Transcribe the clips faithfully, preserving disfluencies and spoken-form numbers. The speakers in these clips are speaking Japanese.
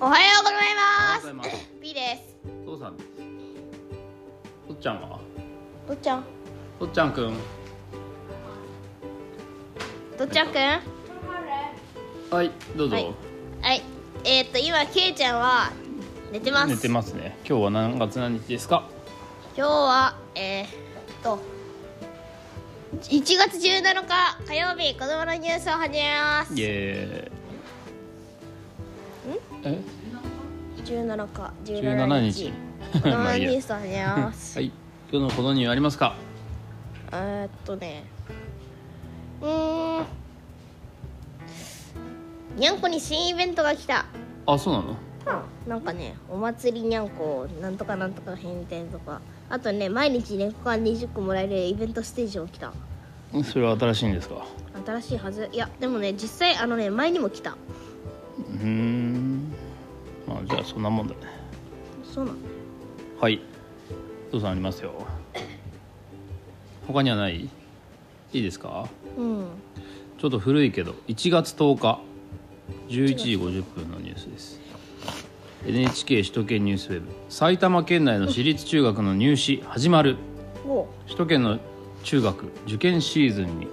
おはようございます。 おはようございます。 B です。 父さんです。とっちゃんはとっちゃんとっちゃんくんとっちゃんくんはいどうぞ。 はい、はい、えー、っと今けいちゃんは寝てます。 寝てますね。今日は何月何日ですか？ 今日はえー、っといちがつじゅうなのか火曜日、子供のニュースを始めます。 イエーイ。えじゅうなのかじゅうしちにち子供のニュースを始めますはい、今日のこのニュースありますか？ えーっとねうーんにゃんこに新イベントが来た。 あ、そうなの？ なんかね、お祭りにゃんこなんとかなんとか返店とか、あとね、毎日猫缶にじゅっこもらえるイベントステージも来た。 それは新しいんですか？ 新しいはず。いやでもね、実際あのね、前にも来た。 うーん、まあじゃあそんなもんだね。 そうなの？ はい、父さんありますよ。他にはない？いいですか？ うんちょっと古いけどいちがつとおかじゅういちじごじゅっぷんのニュースです。 エヌエイチケー 首都圏ニュースウェブ、埼玉県内の私立中学の入試始まる。 お首都圏の中学受験シーズンに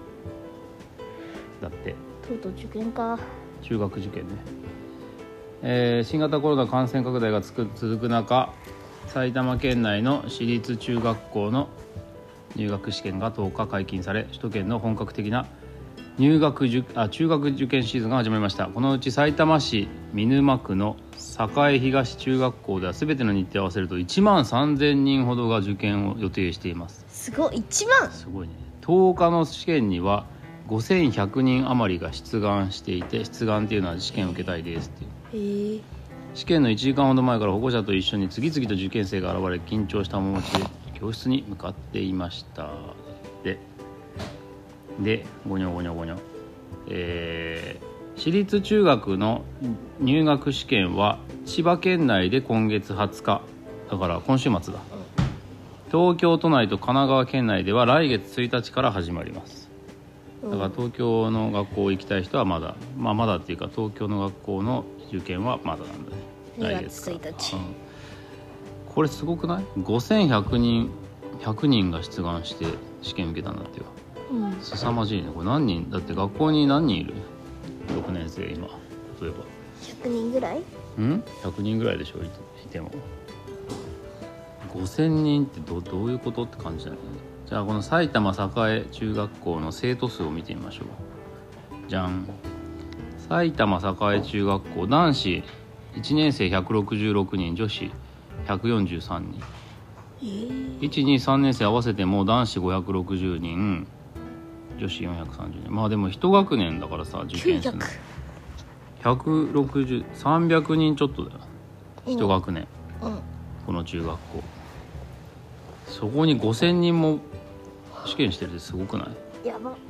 だって。 とうとう受験か。 中学受験ね、えー、新型コロナ感染拡大がつく続く中、埼玉県内の私立中学校の入学試験がとおか解禁され、首都圏の本格的な入学受あ中学受験シーズンが始まりました。このうち埼玉市見沼区の栄東中学校では全ての日程を合わせるといちまんさんぜんにんほどが受験を予定しています。 すごい、いちまん。 すごいね。とおかの試験にはごせんひゃくにん余りが出願していて、出願っていうのは試験を受けたいですっていう。 へえ。 試験のいちじかんほど前から保護者と一緒に次々と受験生が現れ、緊張した面持ちで教室に向かっていました。ででゴニョゴニョゴニョ、えー、私立中学の入学試験は千葉県内で今月はつか、だから今週末だ。東京都内と神奈川県内では来月ついたちから始まります。だから東京の学校行きたい人はまだ、まあ、まだっていうか東京の学校の受験はまだなんだね。 にがつついたち、 うん、これすごくない？ごせんひゃくにんひゃくにんが出願して試験受けたんだってよ。 うん、 凄まじいね。これ何人だって、学校に何人いる？ろくねん生今例えばひゃくにんぐらい？ んひゃくにんぐらいでしょ、いてもごせんにんって ど, どういうことって感じだよね。じゃあこの埼玉栄中学校の生徒数を見てみましょう。じゃん。埼玉栄中学校、男子いちねん生ひゃくろくじゅうろくにん、女子ひゃくよんじゅうさんにん、 えー、 いち、に、さんねん生合わせても男子ごひゃくろくじゅうにん、女子よんひゃくさんじゅうにん。まあでも一学年だからさ、受験するのひゃくろくじゅう、さんびゃくにんちょっとだよ、一学年、 うんうん、 この中学校。そこにごせんにんも試験してるってすごくない？ やば。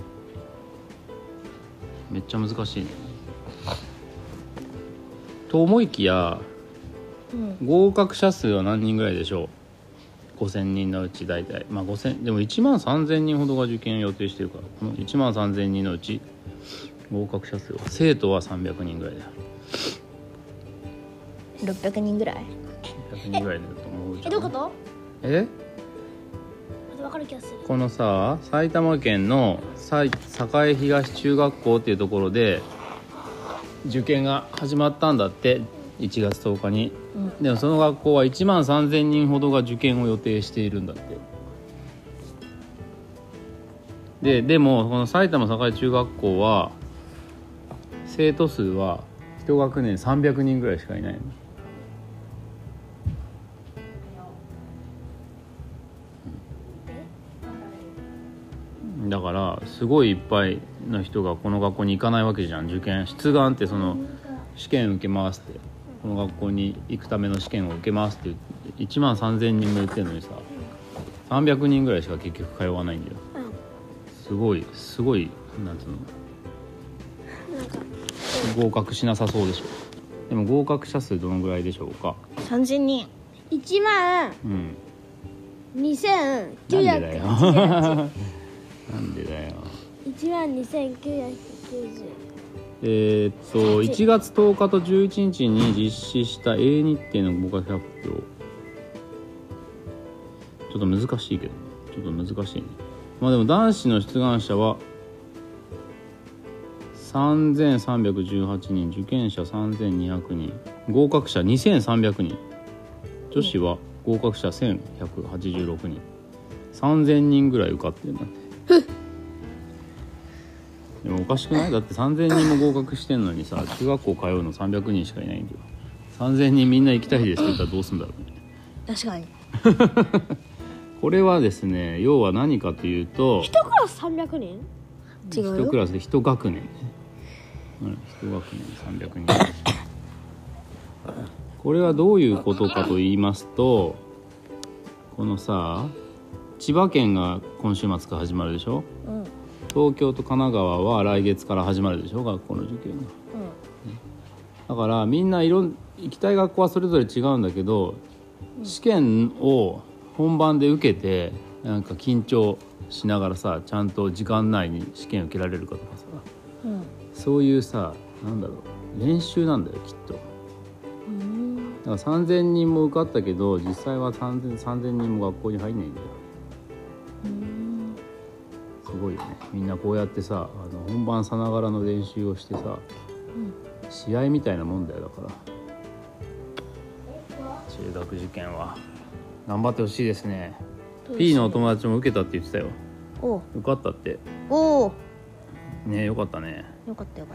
めっちゃ難しいね。と思いきや、うん、合格者数は何人ぐらいでしょう？ごせんにんのうち大体、まあごせんでもいちまんさんぜんにんほどが受験を予定してるから、このいちまんさんぜんにんのうち合格者数は、生徒はさんびゃくにんぐらいだよ。 ろっぴゃくにんぐらい？ろっぴゃくにんぐらいだと思うじゃん。 え、どういうこと？ え分かる気がする。 このさ、埼玉県の栄東中学校っていうところで受験が始まったんだって、いちがつとおかに、うん、でもその学校はいちまんさんぜんにんほどが受験を予定しているんだって。ででもこの埼玉栄中学校は生徒数は一学年さんびゃくにんぐらいしかいないの。だからすごいいっぱいの人がこの学校に行かないわけじゃん。受験出願ってその試験受けますって、この学校に行くための試験を受けますって言っていちまんさんぜんにんも言ってるのにさ、さんびゃくにんぐらいしか結局通わないんだよ。すごいすごい、なんつうの、合格しなさそうでしょ。でも合格者数どのぐらいでしょうか？ さんぜんにん。いちまんにせんきゅうひゃくはちじゅうはち。 なんでだよ。 いちまんにせんきゅうひゃくきゅうじゅう。 えー、っといちがつとおかとじゅういちにちに実施した A 日程の合格発表。ちょっと難しいけどちょっと難しいね。まあでも男子の出願者はさんぜんさんびゃくじゅうはちにん、受験者さんぜんにひゃくにん、合格者にせんさんびゃくにん、女子は合格者せんひゃくはちじゅうろくにん、さんぜんにんぐらい受かってるんだってでもおかしくない？だってさんぜんにんも合格してんのにさ、中学校通うのさんびゃくにんしかいないんだよ。さんぜんにんみんな行きたいですって言ったらどうするんだろうね。 確かにこれはですね、要は何かというと、 一クラスさんびゃくにん？ 違うよ。 一クラスで一学年ね、うん、一学年さんびゃくにんこれはどういうことかと言いますと、このさ、千葉県が今週末から始まるでしょ、うん、東京と神奈川は来月から始まるでしょ、学校の受験が、うん、だからみんないろん行きたい学校はそれぞれ違うんだけど、うん、試験を本番で受けてなんか緊張しながらさ、ちゃんと時間内に試験受けられるかとかさ、うん、そういうさ、なんだろう、練習なんだよきっと。うん、だからさんぜんにんも受かったけど実際はさんぜんにんも学校に入んないんだよ。うん、すごいよね。みんなこうやってさ、あの本番さながらの練習をしてさ、うん、試合みたいなもんだよ。だから中学受験は頑張ってほしいですね。P のお友達も受けたって言ってたよ。お受かったって。おおね、よかったね。 よかったよかった。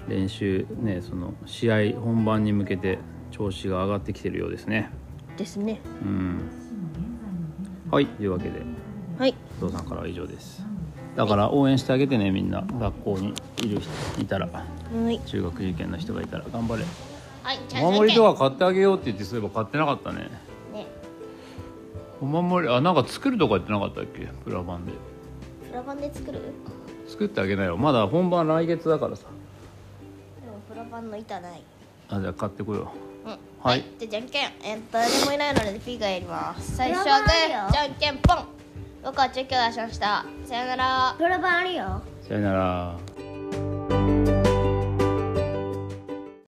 練習ね、その試合本番に向けて調子が上がってきてるようですね。 ですね。 うん。はい、というわけで、 はい、 お父さんからは以上です。だから応援してあげてね、みんな学校にいる人いたら、はい、中学受験の人がいたら頑張れ。はい、お守りとか買ってあげようって言って、そういえば買ってなかったね。ね。お守り、あ、なんか作るとか言ってなかったっけ、プラ板で。 プラ板で作る？ 作ってあげなよ。まだ本番来月だからさ。 でもプラ板の板ない。 あ、じゃあ買ってこよう。うん。はい。はい、じゃあじゃんけん。えー、誰もいないので P がやります。最初はグー、じゃんけんポン。僕はチェック出しました。さよなら。 プラ板あるよ。 さよなら。